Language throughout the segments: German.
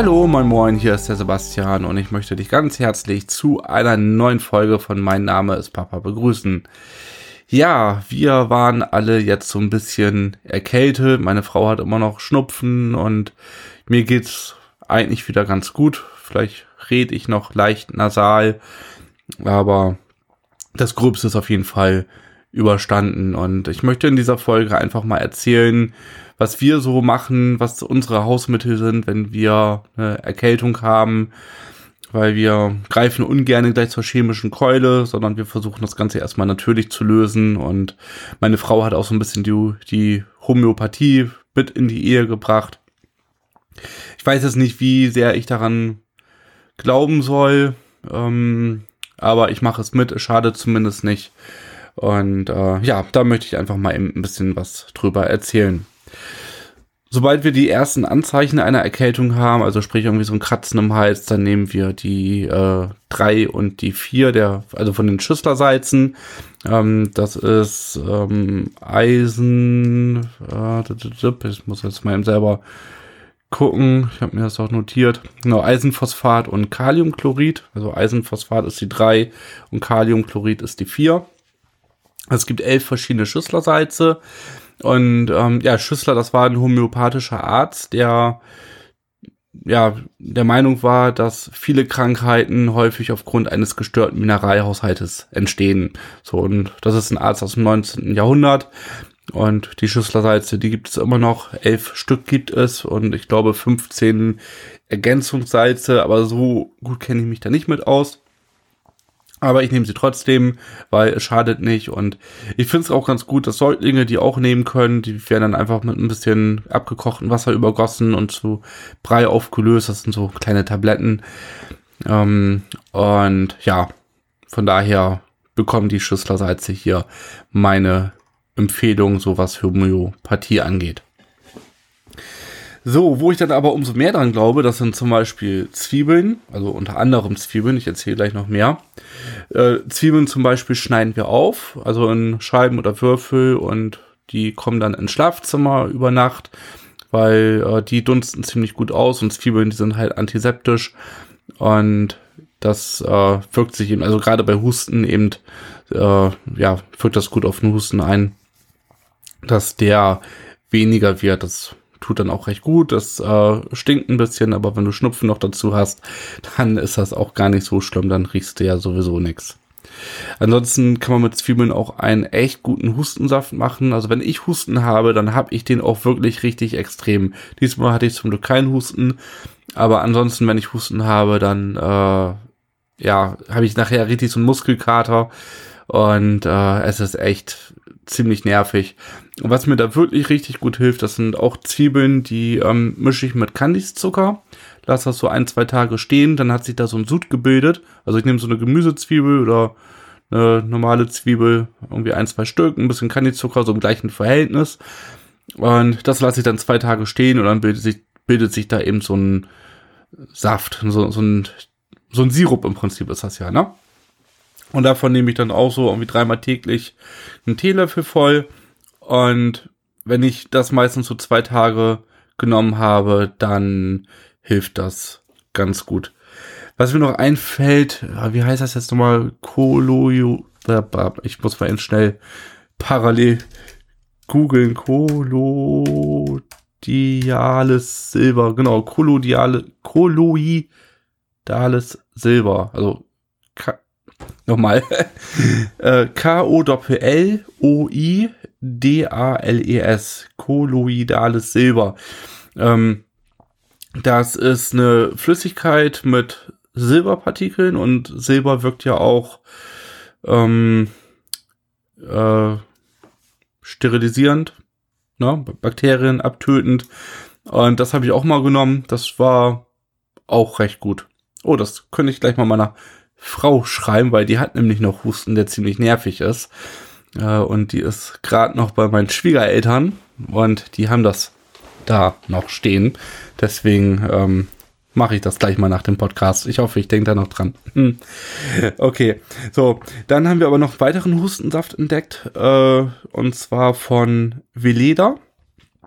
Hallo, moin moin, hier ist der Sebastian und ich möchte dich ganz herzlich zu einer neuen Folge von Mein Name ist Papa begrüßen. Ja, wir waren alle jetzt so ein bisschen erkältet, meine Frau hat immer noch Schnupfen und mir geht's eigentlich wieder ganz gut. Vielleicht rede ich noch leicht nasal, aber das Gröbste ist auf jeden Fall überstanden und ich möchte in dieser Folge einfach mal erzählen, was wir so machen, was unsere Hausmittel sind, wenn wir eine Erkältung haben, weil wir greifen ungern gleich zur chemischen Keule, sondern wir versuchen das Ganze erstmal natürlich zu lösen und meine Frau hat auch so ein bisschen die Homöopathie mit in die Ehe gebracht. Ich weiß jetzt nicht, wie sehr ich daran glauben soll, aber ich mache es mit, es schadet zumindest nicht. Und ja, da möchte ich einfach mal eben ein bisschen was drüber erzählen. Sobald wir die ersten Anzeichen einer Erkältung haben, also sprich irgendwie so ein Kratzen im Hals, dann nehmen wir die 3 und die 4, also von den Schüsslersalzen. Das ist Eisen, ich muss jetzt mal eben selber gucken, ich habe mir das auch notiert. Genau, Eisenphosphat und Kaliumchlorid. Also Eisenphosphat ist die 3 und Kaliumchlorid ist die 4. Es gibt 11 verschiedene Schüsslersalze. Und Schüssler, das war ein homöopathischer Arzt, der der Meinung war, dass viele Krankheiten häufig aufgrund eines gestörten Mineralhaushaltes entstehen. So, und das ist ein Arzt aus dem 19. Jahrhundert. Und die Schüsslersalze, die gibt es immer noch. 11 Stück gibt es und ich glaube 15 Ergänzungssalze, aber so gut kenne ich mich da nicht mit aus. Aber ich nehme sie trotzdem, weil es schadet nicht und ich finde es auch ganz gut, dass Säuglinge die auch nehmen können. Die werden dann einfach mit ein bisschen abgekochtem Wasser übergossen und zu Brei aufgelöst. Das sind so kleine Tabletten. Und ja, von daher bekommen die Schüsslersalze hier meine Empfehlung, so was Homöopathie angeht. So, wo ich dann aber umso mehr dran glaube, das sind zum Beispiel Zwiebeln, also unter anderem Zwiebeln, ich erzähle gleich noch mehr. Zwiebeln zum Beispiel schneiden wir auf, also in Scheiben oder Würfel und die kommen dann ins Schlafzimmer über Nacht, weil die dunsten ziemlich gut aus und Zwiebeln, die sind halt antiseptisch und das wirkt sich eben, also gerade bei Husten eben, wirkt das gut auf den Husten ein, dass der weniger wird, das tut dann auch recht gut, das stinkt ein bisschen, aber wenn du Schnupfen noch dazu hast, dann ist das auch gar nicht so schlimm, dann riechst du ja sowieso nichts. Ansonsten kann man mit Zwiebeln auch einen echt guten Hustensaft machen, also wenn ich Husten habe, dann habe ich den auch wirklich richtig extrem. Diesmal hatte ich zum Glück keinen Husten, aber ansonsten, wenn ich Husten habe, dann habe ich nachher richtig so einen Muskelkater und es ist echt ziemlich nervig. Und was mir da wirklich richtig gut hilft, das sind auch Zwiebeln, die mische ich mit Kandiszucker, lasse das so 1-2 Tage stehen, dann hat sich da so ein Sud gebildet. Also ich nehme so eine Gemüsezwiebel oder eine normale Zwiebel, irgendwie 1-2 Stück, ein bisschen Kandiszucker, so im gleichen Verhältnis. Und das lasse ich dann 2 Tage stehen und dann bildet sich da eben so ein Saft, so ein Sirup im Prinzip ist das ja, ne? Und davon nehme ich dann auch so irgendwie 3-mal täglich einen Teelöffel voll. Und wenn ich das meistens so 2 Tage genommen habe, dann hilft das ganz gut. Was mir noch einfällt, wie heißt das jetzt nochmal? Ich muss mal schnell parallel googeln. Kolloidales Silber. Genau, kolloidales Silber. Also nochmal. Kollodales. Kolloidales Silber. Das ist eine Flüssigkeit mit Silberpartikeln und Silber wirkt ja auch sterilisierend, ne? Bakterien abtötend. Und das habe ich auch mal genommen. Das war auch recht gut. Oh, das könnte ich gleich mal meiner Frau schreiben, weil die hat nämlich noch Husten, der ziemlich nervig ist. Und die ist gerade noch bei meinen Schwiegereltern und die haben das da noch stehen. Deswegen mache ich das gleich mal nach dem Podcast. Ich hoffe, ich denke da noch dran. Okay, so, dann haben wir aber noch einen weiteren Hustensaft entdeckt, und zwar von Veleda.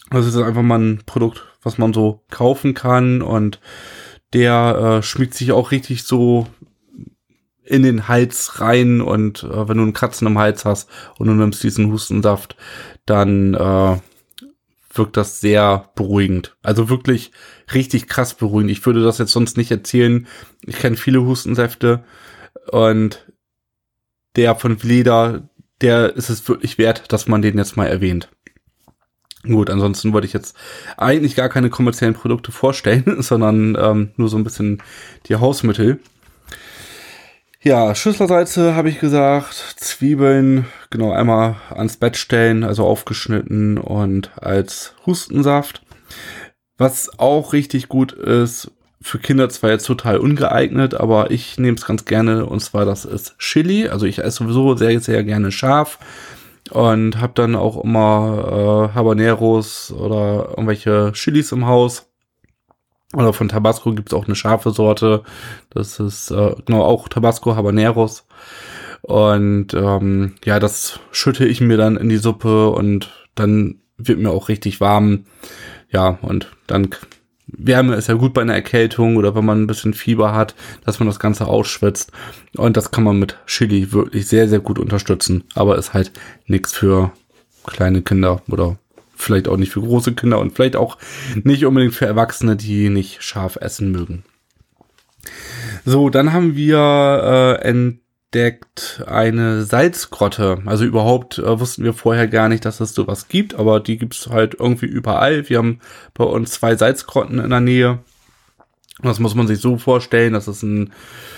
Das ist einfach mal ein Produkt, was man so kaufen kann und der schmiegt sich auch richtig so in den Hals rein und wenn du einen Kratzen im Hals hast und du nimmst diesen Hustensaft, dann wirkt das sehr beruhigend. Also wirklich richtig krass beruhigend. Ich würde das jetzt sonst nicht erzählen. Ich kenne viele Hustensäfte und der von Vleda, der ist es wirklich wert, dass man den jetzt mal erwähnt. Gut, ansonsten wollte ich jetzt eigentlich gar keine kommerziellen Produkte vorstellen, sondern nur so ein bisschen die Hausmittel. Ja, Schüsslersalze habe ich gesagt, Zwiebeln, genau, einmal ans Bett stellen, also aufgeschnitten und als Hustensaft. Was auch richtig gut ist, für Kinder zwar jetzt total ungeeignet, aber ich nehme es ganz gerne, und zwar das ist Chili. Also ich esse sowieso sehr, sehr gerne scharf und habe dann auch immer Habaneros oder irgendwelche Chilis im Haus. Oder von Tabasco gibt's auch eine scharfe Sorte. Das ist genau auch Tabasco Habaneros. Und ja, das schütte ich mir dann in die Suppe und dann wird mir auch richtig warm. Ja, und dann Wärme ist ja gut bei einer Erkältung oder wenn man ein bisschen Fieber hat, dass man das Ganze ausschwitzt. Und das kann man mit Chili wirklich sehr, sehr gut unterstützen. Aber ist halt nichts für kleine Kinder oder vielleicht auch nicht für große Kinder und vielleicht auch nicht unbedingt für Erwachsene, die nicht scharf essen mögen. So, dann haben wir entdeckt eine Salzgrotte. Also überhaupt wussten wir vorher gar nicht, dass es sowas gibt, aber die gibt's halt irgendwie überall. Wir haben bei uns 2 Salzgrotten in der Nähe. Das muss man sich so vorstellen, das ist ein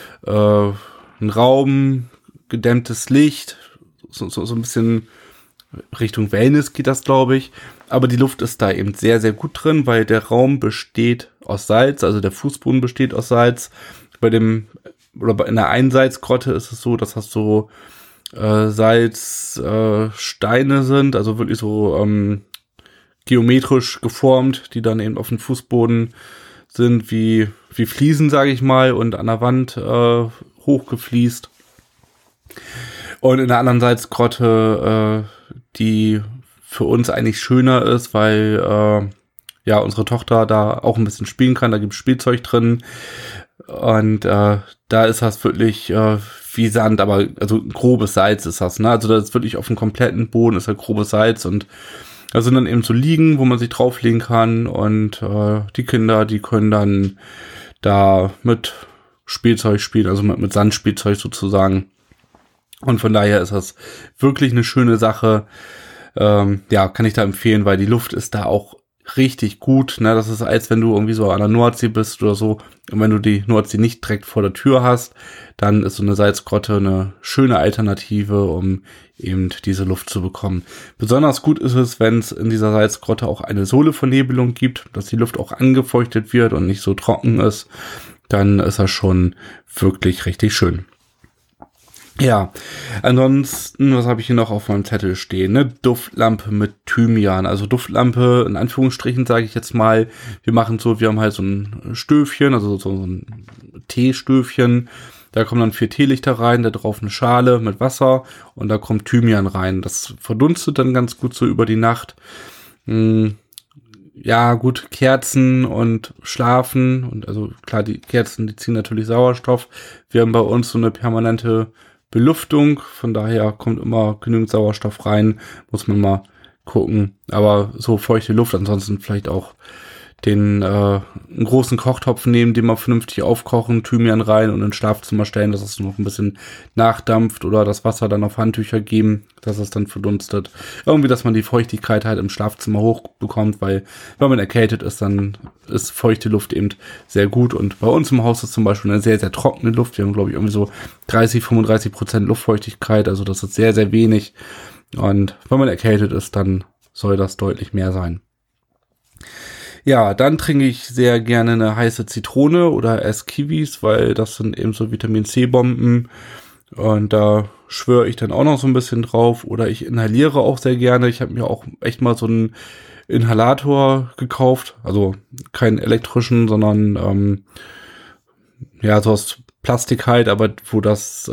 Raum, gedämmtes Licht, so ein bisschen Richtung Wellness geht das, glaube ich. Aber die Luft ist da eben sehr, sehr gut drin, weil der Raum besteht aus Salz, also der Fußboden besteht aus Salz. In der einen Salzgrotte ist es so, dass das so Salzsteine sind, also wirklich so geometrisch geformt, die dann eben auf dem Fußboden sind wie Fliesen, sage ich mal, und an der Wand hochgefliest. Und in der anderen Salzgrotte, die für uns eigentlich schöner ist, weil ja unsere Tochter da auch ein bisschen spielen kann. Da gibt es Spielzeug drin. Und da ist das wirklich wie Sand, aber also grobes Salz ist das, ne? Also das ist wirklich auf dem kompletten Boden ist halt grobes Salz und da sind dann eben so Liegen, wo man sich drauflegen kann und die Kinder, die können dann da mit Spielzeug spielen, also mit Sandspielzeug sozusagen. Und von daher ist das wirklich eine schöne Sache. Ja, kann ich da empfehlen, weil die Luft ist da auch richtig gut. Ne? Das ist, als wenn du irgendwie so an der Nordsee bist oder so. Und wenn du die Nordsee nicht direkt vor der Tür hast, dann ist so eine Salzgrotte eine schöne Alternative, um eben diese Luft zu bekommen. Besonders gut ist es, wenn es in dieser Salzgrotte auch eine Sohlevernebelung gibt, dass die Luft auch angefeuchtet wird und nicht so trocken ist. Dann ist das schon wirklich richtig schön. Ja, ansonsten, was habe ich hier noch auf meinem Zettel stehen? Eine Duftlampe mit Thymian. Also Duftlampe, in Anführungsstrichen sage ich jetzt mal. Wir haben halt so ein Stöfchen, also so ein Teestöfchen. Da kommen dann 4 Teelichter rein, da drauf eine Schale mit Wasser und da kommt Thymian rein. Das verdunstet dann ganz gut so über die Nacht. Ja, gut, Kerzen und Schlafen. Und also klar, die Kerzen, die ziehen natürlich Sauerstoff. Wir haben bei uns so eine permanente Belüftung, von daher kommt immer genügend Sauerstoff rein, muss man mal gucken. Aber so feuchte Luft, ansonsten vielleicht auch einen großen Kochtopf nehmen, den mal vernünftig aufkochen, Thymian rein und ins Schlafzimmer stellen, dass es noch ein bisschen nachdampft oder das Wasser dann auf Handtücher geben, dass es dann verdunstet. Irgendwie, dass man die Feuchtigkeit halt im Schlafzimmer hochbekommt, weil wenn man erkältet ist, dann ist feuchte Luft eben sehr gut. Und bei uns im Haus ist zum Beispiel eine sehr, sehr trockene Luft. Wir haben, glaube ich, irgendwie so 30-35% Luftfeuchtigkeit, also das ist sehr, sehr wenig. Und wenn man erkältet ist, dann soll das deutlich mehr sein. Ja, dann trinke ich sehr gerne eine heiße Zitrone oder esse Kiwis, weil das sind eben so Vitamin-C-Bomben und da schwöre ich dann auch noch so ein bisschen drauf oder ich inhaliere auch sehr gerne. Ich habe mir auch echt mal so einen Inhalator gekauft, also keinen elektrischen, sondern ja, so aus Plastik halt, aber wo das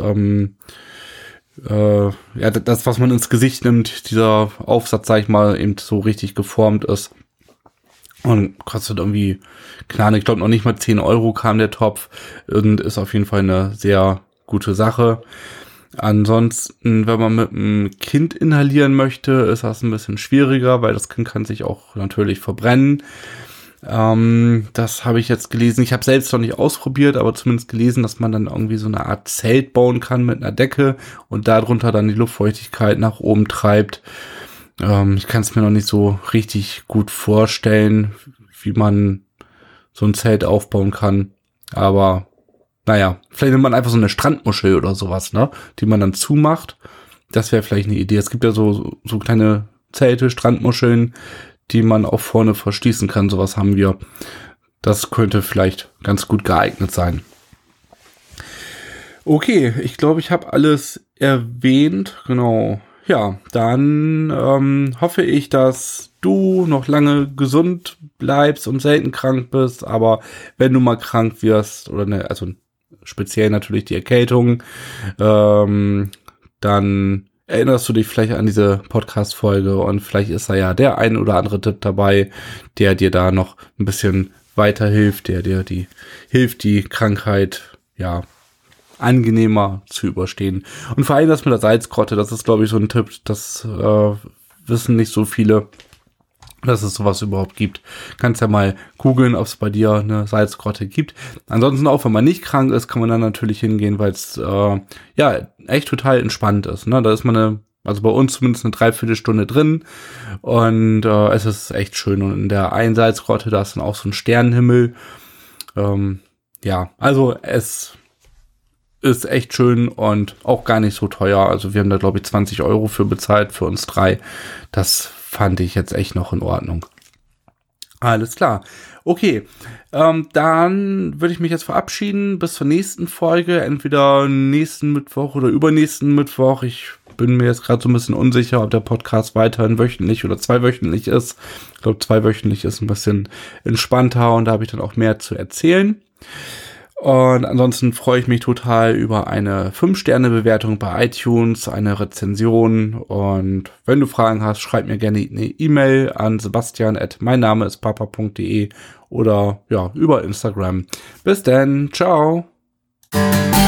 ja, das, was man ins Gesicht nimmt, dieser Aufsatz, sag ich mal, eben so richtig geformt ist. Und kostet irgendwie, klar, ich glaube noch nicht mal 10 Euro kam der Topf und ist auf jeden Fall eine sehr gute Sache. Ansonsten, wenn man mit einem Kind inhalieren möchte, ist das ein bisschen schwieriger, weil das Kind kann sich auch natürlich verbrennen. Das habe ich jetzt gelesen. Ich habe selbst noch nicht ausprobiert, aber zumindest gelesen, dass man dann irgendwie so eine Art Zelt bauen kann mit einer Decke und darunter dann die Luftfeuchtigkeit nach oben treibt. Ich kann es mir noch nicht so richtig gut vorstellen, wie man so ein Zelt aufbauen kann. Aber naja, vielleicht nimmt man einfach so eine Strandmuschel oder sowas, ne, die man dann zumacht. Das wäre vielleicht eine Idee. Es gibt ja so kleine Zelte, Strandmuscheln, die man auch vorne verschließen kann. Sowas haben wir. Das könnte vielleicht ganz gut geeignet sein. Okay, ich glaube, ich habe alles erwähnt. Genau. Ja, dann hoffe ich, dass du noch lange gesund bleibst und selten krank bist. Aber wenn du mal krank wirst, oder ne, also speziell natürlich die Erkältung, dann erinnerst du dich vielleicht an diese Podcast-Folge und vielleicht ist da ja der ein oder andere Tipp dabei, der dir da noch ein bisschen weiterhilft, der dir hilft, die Krankheit, ja, angenehmer zu überstehen. Und vor allem das mit der Salzgrotte, das ist, glaube ich, so ein Tipp, das wissen nicht so viele, dass es sowas überhaupt gibt. Kannst ja mal googeln, ob es bei dir eine Salzgrotte gibt. Ansonsten auch, wenn man nicht krank ist, kann man dann natürlich hingehen, weil es ja echt total entspannt ist. Ne? Da ist man also bei uns zumindest eine Dreiviertelstunde drin und es ist echt schön. Und in der einen Salzgrotte, da ist dann auch so ein Sternenhimmel. Ja, also es ist echt schön und auch gar nicht so teuer. Also wir haben da, glaube ich, 20 Euro für bezahlt, für uns 3. Das fand ich jetzt echt noch in Ordnung. Alles klar. Okay, dann würde ich mich jetzt verabschieden. Bis zur nächsten Folge. Entweder nächsten Mittwoch oder übernächsten Mittwoch. Ich bin mir jetzt gerade so ein bisschen unsicher, ob der Podcast weiterhin wöchentlich oder 2-wöchentlich ist. Ich glaube, 2-wöchentlich ist ein bisschen entspannter und da habe ich dann auch mehr zu erzählen. Und ansonsten freue ich mich total über eine 5-Sterne-Bewertung bei iTunes, eine Rezension. Und wenn du Fragen hast, schreib mir gerne eine E-Mail an sebastian@meinnameispapa.de oder ja, über Instagram. Bis dann, ciao!